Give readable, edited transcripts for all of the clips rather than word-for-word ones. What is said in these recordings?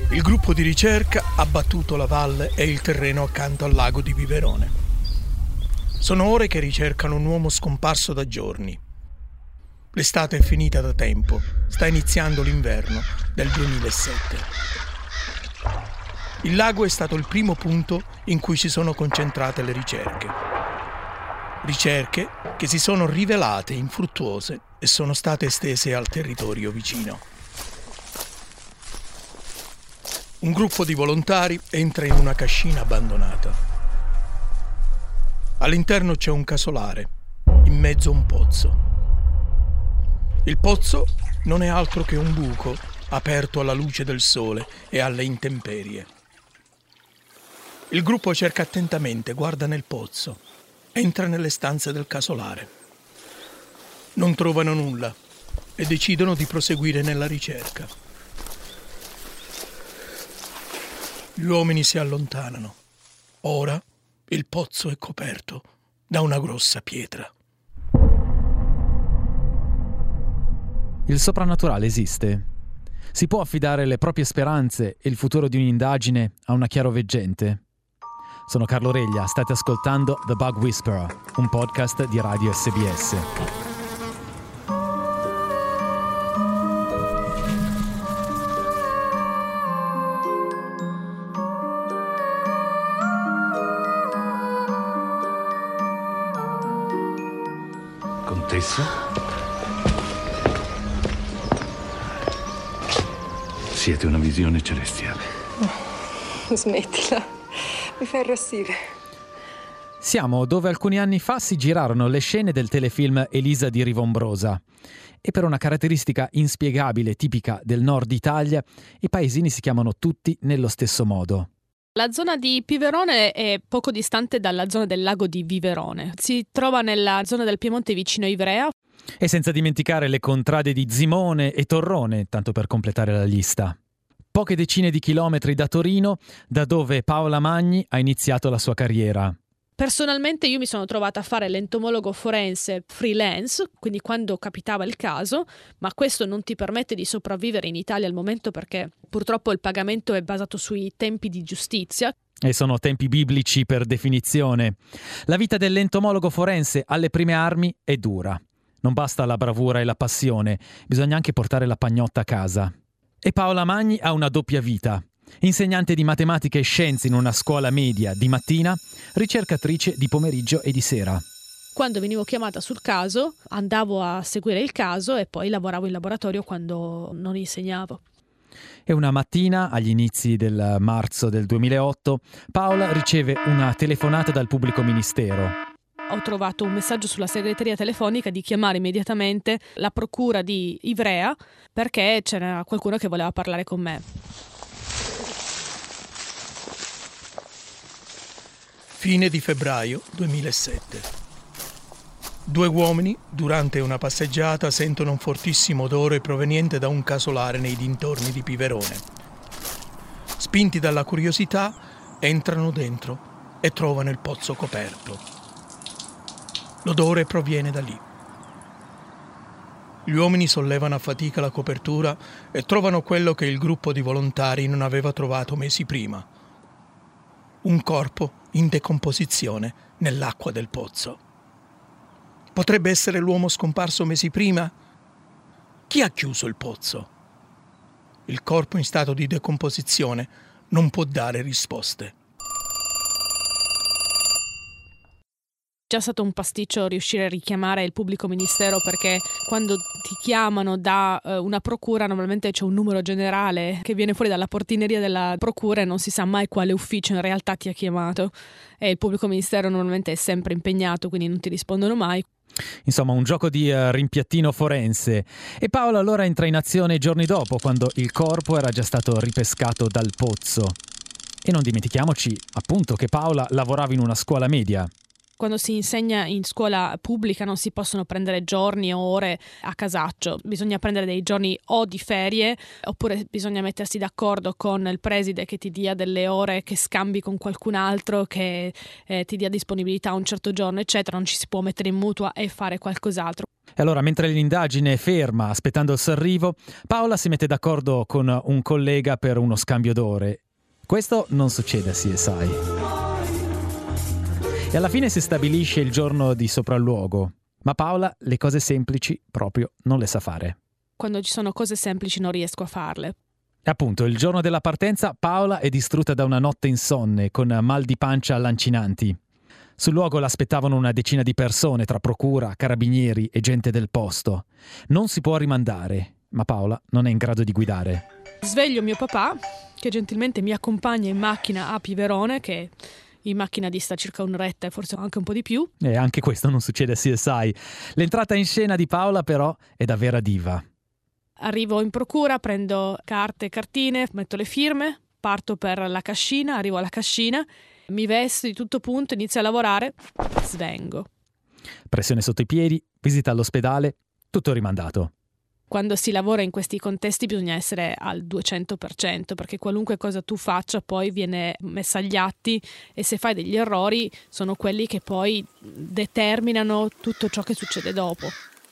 Il gruppo di ricerca ha battuto la valle e il terreno accanto al lago di Viverone. Sono ore che ricercano un uomo scomparso da giorni. L'estate è finita da tempo, sta iniziando l'inverno del 2007. Il lago è stato il primo punto in cui si sono concentrate le ricerche. Ricerche che si sono rivelate infruttuose e sono state estese al territorio vicino. Un gruppo di volontari entra in una cascina abbandonata. All'interno c'è un casolare, in mezzo a un pozzo. Il pozzo non è altro che un buco aperto alla luce del sole e alle intemperie. Il gruppo cerca attentamente, guarda nel pozzo, entra nelle stanze del casolare. Non trovano nulla e decidono di proseguire nella ricerca. Gli uomini si allontanano. Ora il pozzo è coperto da una grossa pietra. Il soprannaturale esiste. Si può affidare le proprie speranze e il futuro di un'indagine a una chiaroveggente. Sono Carlo Reglia, state ascoltando The Bug Whisperer, un podcast di Radio SBS. Contessa? Siete una visione celestiale. Oh, smettila, mi fai arrossire. Siamo dove alcuni anni fa si girarono le scene del telefilm Elisa di Rivombrosa. E per una caratteristica inspiegabile tipica del nord Italia, i paesini si chiamano tutti nello stesso modo. La zona di Piverone è poco distante dalla zona del lago di Viverone. Si trova nella zona del Piemonte vicino a Ivrea. E senza dimenticare le contrade di Zimone e Torrone, tanto per completare la lista. Poche decine di chilometri da Torino, da dove Paola Magni ha iniziato la sua carriera. Personalmente io mi sono trovata a fare l'entomologo forense freelance, quindi quando capitava il caso, ma questo non ti permette di sopravvivere in Italia al momento perché purtroppo il pagamento è basato sui tempi di giustizia. E sono tempi biblici per definizione. La vita dell'entomologo forense alle prime armi è dura. Non basta la bravura e la passione, bisogna anche portare la pagnotta a casa. E Paola Magni ha una doppia vita. Insegnante di matematica e scienze in una scuola media di mattina, ricercatrice di pomeriggio e di sera. Quando venivo chiamata sul caso, andavo a seguire il caso e poi lavoravo in laboratorio quando non insegnavo. E una mattina, agli inizi del marzo del 2008, Paola riceve una telefonata dal pubblico ministero. Ho trovato un messaggio sulla segreteria telefonica di chiamare immediatamente la procura di Ivrea perché c'era qualcuno che voleva parlare con me. Fine di febbraio 2007. Due uomini, durante una passeggiata, sentono un fortissimo odore proveniente da un casolare nei dintorni di Piverone. Spinti dalla curiosità, entrano dentro e trovano il pozzo coperto. L'odore proviene da lì. Gli uomini sollevano a fatica la copertura e trovano quello che il gruppo di volontari non aveva trovato mesi prima. Un corpo in decomposizione nell'acqua del pozzo. Potrebbe essere l'uomo scomparso mesi prima? Chi ha chiuso il pozzo? Il corpo in stato di decomposizione non può dare risposte. Già stato un pasticcio riuscire a richiamare il pubblico ministero perché quando ti chiamano da una procura normalmente c'è un numero generale che viene fuori dalla portineria della procura e non si sa mai quale ufficio in realtà ti ha chiamato e il pubblico ministero normalmente è sempre impegnato, quindi non ti rispondono mai. Insomma, un gioco di rimpiattino forense. E Paola allora entra in azione giorni dopo, quando il corpo era già stato ripescato dal pozzo. E non dimentichiamoci, appunto, che Paola lavorava in una scuola media. Quando si insegna in scuola pubblica non si possono prendere giorni o ore a casaccio, bisogna prendere dei giorni o di ferie oppure bisogna mettersi d'accordo con il preside che ti dia delle ore che scambi con qualcun altro che ti dia disponibilità un certo giorno, eccetera. Non ci si può mettere in mutua e fare qualcos'altro. E allora, mentre l'indagine è ferma, aspettando il suo arrivo, Paola si mette d'accordo con un collega per uno scambio d'ore. Questo non succede a CSI. E alla fine si stabilisce il giorno di sopralluogo, ma Paola le cose semplici proprio non le sa fare. Quando ci sono cose semplici non riesco a farle. E appunto, il giorno della partenza, Paola è distrutta da una notte insonne, con mal di pancia lancinanti. Sul luogo l'aspettavano una decina di persone, tra procura, carabinieri e gente del posto. Non si può rimandare, ma Paola non è in grado di guidare. Sveglio mio papà, che gentilmente mi accompagna in macchina a Piverone, che in macchina dista circa un'oretta e forse anche un po' di più. E anche questo non succede a CSI. L'entrata in scena di Paola però è da vera diva. Arrivo in procura, prendo carte e cartine, metto le firme, parto per la cascina, arrivo alla cascina, mi vesto di tutto punto, inizio a lavorare, svengo. Pressione sotto i piedi, visita all'ospedale, tutto rimandato. Quando si lavora in questi contesti bisogna essere al 200%, perché qualunque cosa tu faccia poi viene messa agli atti e se fai degli errori sono quelli che poi determinano tutto ciò che succede dopo.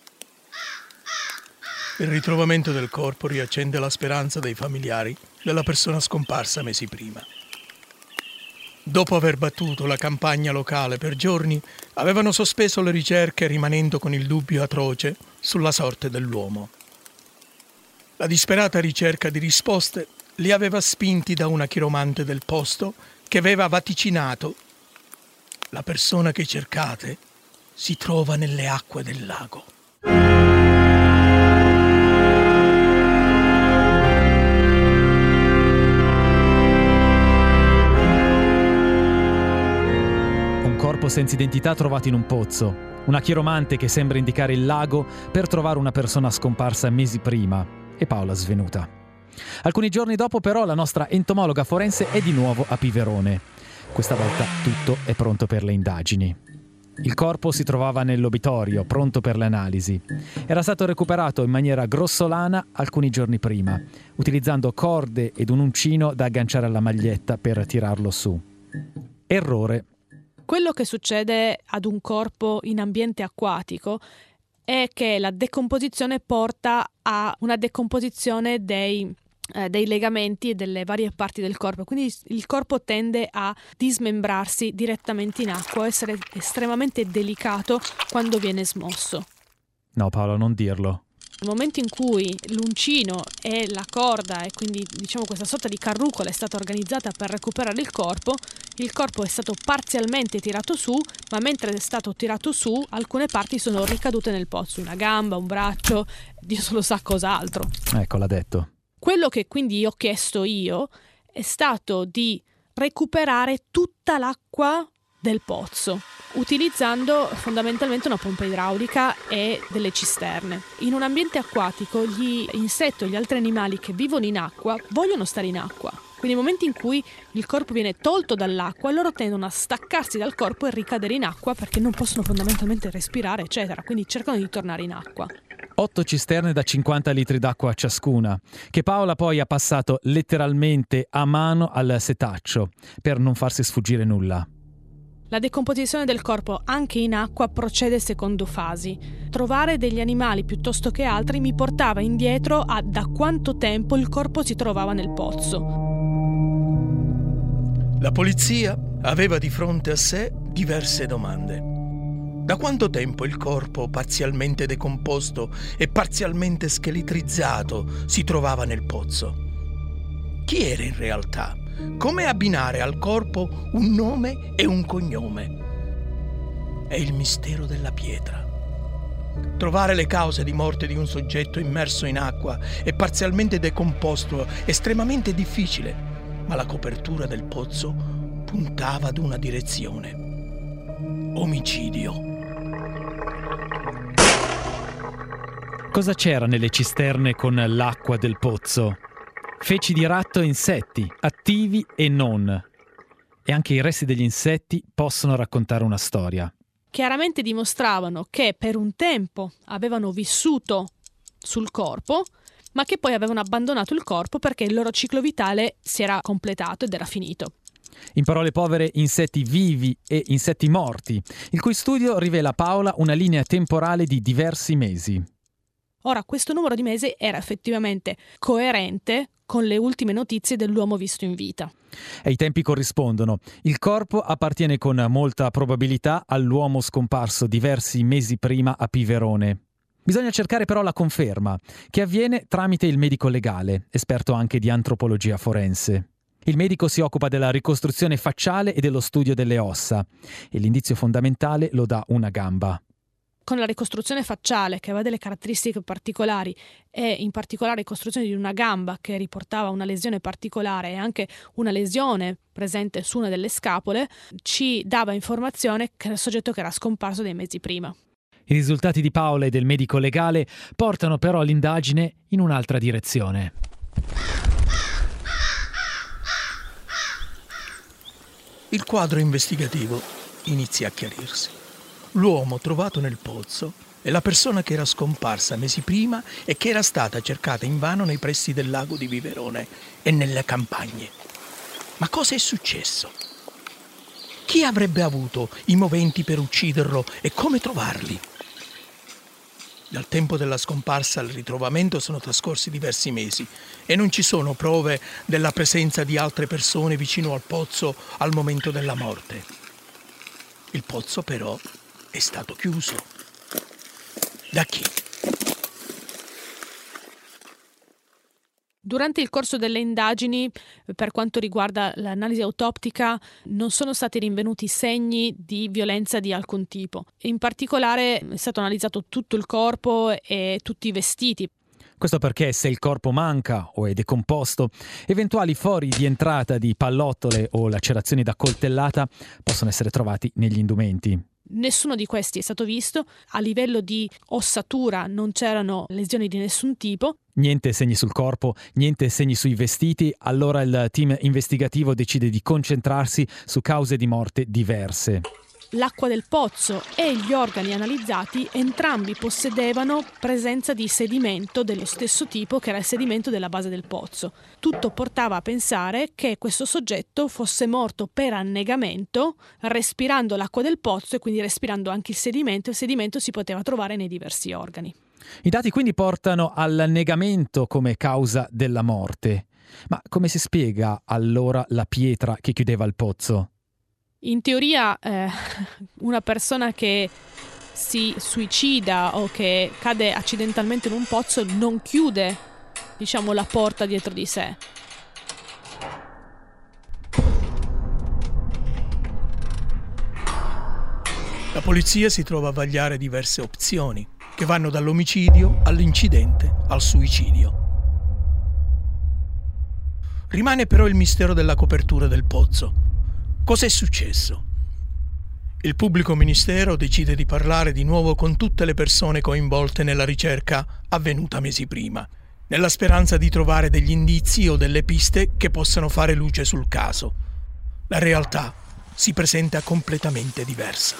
Il ritrovamento del corpo riaccende la speranza dei familiari della persona scomparsa mesi prima. Dopo aver battuto la campagna locale per giorni, avevano sospeso le ricerche rimanendo con il dubbio atroce sulla sorte dell'uomo. La disperata ricerca di risposte li aveva spinti da una chiromante del posto che aveva vaticinato: la persona che cercate si trova nelle acque del lago. Un corpo senza identità trovato in un pozzo, una chiromante che sembra indicare il lago per trovare una persona scomparsa mesi prima. E Paola svenuta. Alcuni giorni dopo però la nostra entomologa forense è di nuovo a Piverone. Questa volta tutto è pronto per le indagini. Il corpo si trovava nell'obitorio, pronto per le analisi. Era stato recuperato in maniera grossolana alcuni giorni prima, utilizzando corde ed un uncino da agganciare alla maglietta per tirarlo su. Errore. Quello che succede ad un corpo in ambiente acquatico è che la decomposizione porta a una decomposizione dei legamenti e delle varie parti del corpo, quindi il corpo tende a dismembrarsi direttamente in acqua, essere estremamente delicato quando viene smosso. No Paolo, non dirlo. Nel momento in cui l'uncino e la corda e quindi diciamo questa sorta di carrucola è stata organizzata per recuperare il corpo è stato parzialmente tirato su, ma mentre è stato tirato su alcune parti sono ricadute nel pozzo, una gamba, un braccio, Dio solo sa cos'altro. Ecco, l'ha detto. Quello che quindi ho chiesto io è stato di recuperare tutta l'acqua del pozzo, utilizzando fondamentalmente una pompa idraulica e delle cisterne. In un ambiente acquatico gli insetti o gli altri animali che vivono in acqua vogliono stare in acqua. Quindi nel momento in cui il corpo viene tolto dall'acqua, loro tendono a staccarsi dal corpo e ricadere in acqua perché non possono fondamentalmente respirare, eccetera. Quindi cercano di tornare in acqua. 8 cisterne da 50 litri d'acqua ciascuna, che Paola poi ha passato letteralmente a mano al setaccio per non farsi sfuggire nulla. La decomposizione del corpo anche in acqua procede secondo fasi. Trovare degli animali piuttosto che altri mi portava indietro a da quanto tempo il corpo si trovava nel pozzo. La polizia aveva di fronte a sé diverse domande. Da quanto tempo il corpo parzialmente decomposto e parzialmente scheletrizzato si trovava nel pozzo? Chi era in realtà? Come abbinare al corpo un nome e un cognome? È il mistero della pietra. Trovare le cause di morte di un soggetto immerso in acqua e parzialmente decomposto è estremamente difficile, ma la copertura del pozzo puntava ad una direzione: omicidio. Cosa c'era nelle cisterne con l'acqua del pozzo? Feci di ratto e insetti, attivi e non. E anche i resti degli insetti possono raccontare una storia. chiaramente dimostravano che per un tempo avevano vissuto sul corpo, ma che poi avevano abbandonato il corpo perché il loro ciclo vitale si era completato ed era finito. In parole povere, insetti vivi e insetti morti, il cui studio rivela a Paola una linea temporale di diversi mesi. Ora, questo numero di mesi era effettivamente coerente con le ultime notizie dell'uomo visto in vita. E i tempi corrispondono. Il corpo appartiene con molta probabilità all'uomo scomparso diversi mesi prima a Piverone. Bisogna cercare però la conferma, che avviene tramite il medico legale, esperto anche di antropologia forense. Il medico si occupa della ricostruzione facciale e dello studio delle ossa, e l'indizio fondamentale lo dà una gamba. Con la ricostruzione facciale, che aveva delle caratteristiche particolari, e in particolare la ricostruzione di una gamba che riportava una lesione particolare e anche una lesione presente su una delle scapole, ci dava informazione che era il soggetto che era scomparso dei mesi prima. I risultati di Paola e del medico legale portano però l'indagine in un'altra direzione. Il quadro investigativo inizia a chiarirsi. L'uomo trovato nel pozzo è la persona che era scomparsa mesi prima e che era stata cercata invano nei pressi del lago di Viverone e nelle campagne. Ma cosa è successo? Chi avrebbe avuto i moventi per ucciderlo e come trovarli? Dal tempo della scomparsa al ritrovamento sono trascorsi diversi mesi e non ci sono prove della presenza di altre persone vicino al pozzo al momento della morte. Il pozzo però è stato chiuso. Da chi? Durante il corso delle indagini, per quanto riguarda l'analisi autoptica, non sono stati rinvenuti segni di violenza di alcun tipo. In particolare è stato analizzato tutto il corpo e tutti i vestiti. Questo perché se il corpo manca o è decomposto, eventuali fori di entrata di pallottole o lacerazioni da coltellata possono essere trovati negli indumenti. Nessuno di questi è stato visto. A livello di ossatura non c'erano lesioni di nessun tipo. Niente segni sul corpo, niente segni sui vestiti, allora il team investigativo decide di concentrarsi su cause di morte diverse. L'acqua del pozzo e gli organi analizzati entrambi possedevano presenza di sedimento dello stesso tipo che era il sedimento della base del pozzo. Tutto portava a pensare che questo soggetto fosse morto per annegamento, respirando l'acqua del pozzo e quindi respirando anche il sedimento. Il sedimento si poteva trovare nei diversi organi. I dati quindi portano all'annegamento come causa della morte. Ma come si spiega allora la pietra che chiudeva il pozzo? In teoria una persona che si suicida o che cade accidentalmente in un pozzo non chiude, la porta dietro di sé. La polizia si trova a vagliare diverse opzioni che vanno dall'omicidio all'incidente al suicidio. Rimane però il mistero della copertura del pozzo. Cos'è successo? Il pubblico ministero decide di parlare di nuovo con tutte le persone coinvolte nella ricerca avvenuta mesi prima, nella speranza di trovare degli indizi o delle piste che possano fare luce sul caso. La realtà si presenta completamente diversa.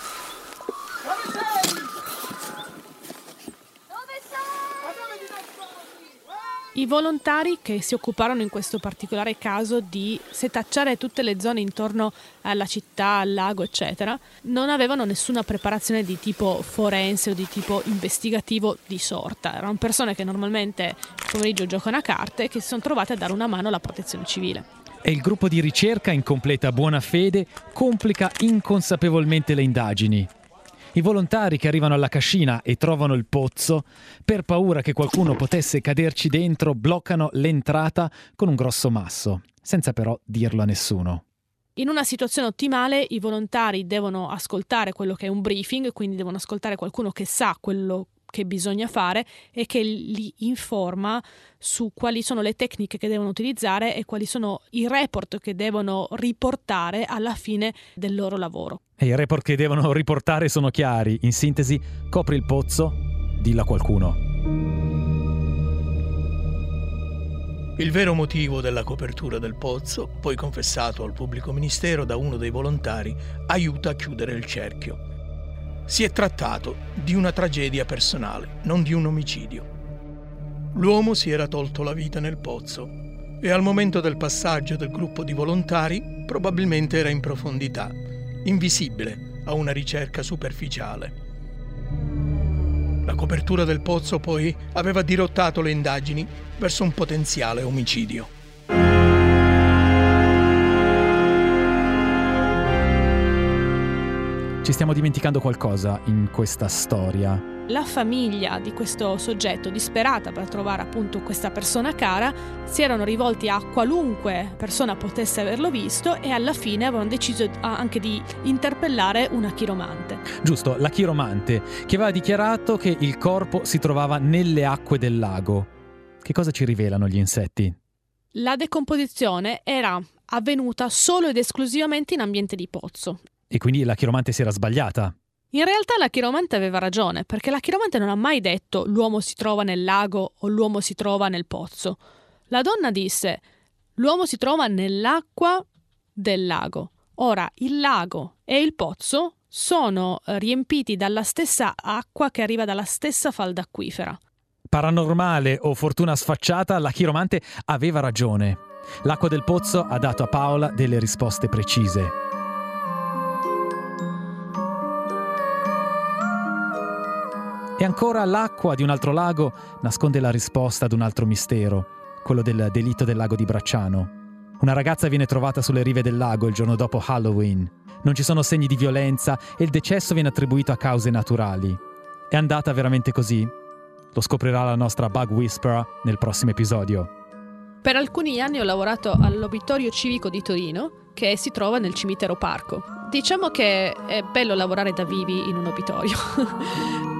I volontari che si occuparono in questo particolare caso di setacciare tutte le zone intorno alla città, al lago, eccetera, non avevano nessuna preparazione di tipo forense o di tipo investigativo di sorta. Erano persone che normalmente il pomeriggio giocano a carte e che si sono trovate a dare una mano alla protezione civile. E il gruppo di ricerca, in completa buona fede, complica inconsapevolmente le indagini. I volontari che arrivano alla cascina e trovano il pozzo, per paura che qualcuno potesse caderci dentro, bloccano l'entrata con un grosso masso, senza però dirlo a nessuno. In una situazione ottimale i volontari devono ascoltare quello che è un briefing, quindi devono ascoltare qualcuno che sa quello che bisogna fare e che li informa su quali sono le tecniche che devono utilizzare e quali sono i report che devono riportare alla fine del loro lavoro. E i report che devono riportare sono chiari. In sintesi, copri il pozzo, dillo a qualcuno. Il vero motivo della copertura del pozzo, poi confessato al pubblico ministero da uno dei volontari, aiuta a chiudere il cerchio. Si è trattato di una tragedia personale, non di un omicidio. L'uomo si era tolto la vita nel pozzo e al momento del passaggio del gruppo di volontari probabilmente era in profondità, invisibile a una ricerca superficiale. La copertura del pozzo poi aveva dirottato le indagini verso un potenziale omicidio. Ci stiamo dimenticando qualcosa in questa storia. La famiglia di questo soggetto, disperata per trovare appunto questa persona cara, si erano rivolti a qualunque persona potesse averlo visto e alla fine avevano deciso anche di interpellare una chiromante. Giusto, la chiromante, che aveva dichiarato che il corpo si trovava nelle acque del lago. Che cosa ci rivelano gli insetti? La decomposizione era avvenuta solo ed esclusivamente in ambiente di pozzo. E quindi la chiromante si era sbagliata. In realtà la chiromante aveva ragione, perché la chiromante non ha mai detto l'uomo si trova nel lago o l'uomo si trova nel pozzo. La donna disse l'uomo si trova nell'acqua del lago. Ora, il lago e il pozzo sono riempiti dalla stessa acqua che arriva dalla stessa falda acquifera. Paranormale o fortuna sfacciata, la chiromante aveva ragione. L'acqua del pozzo ha dato a Paola delle risposte precise. E ancora l'acqua di un altro lago nasconde la risposta ad un altro mistero, quello del delitto del lago di Bracciano. Una ragazza viene trovata sulle rive del lago il giorno dopo Halloween. Non ci sono segni di violenza e il decesso viene attribuito a cause naturali. È andata veramente così? Lo scoprirà la nostra Bug Whisperer nel prossimo episodio. Per alcuni anni ho lavorato all'obitorio civico di Torino, che si trova nel cimitero parco. Diciamo che è bello lavorare da vivi in un obitorio.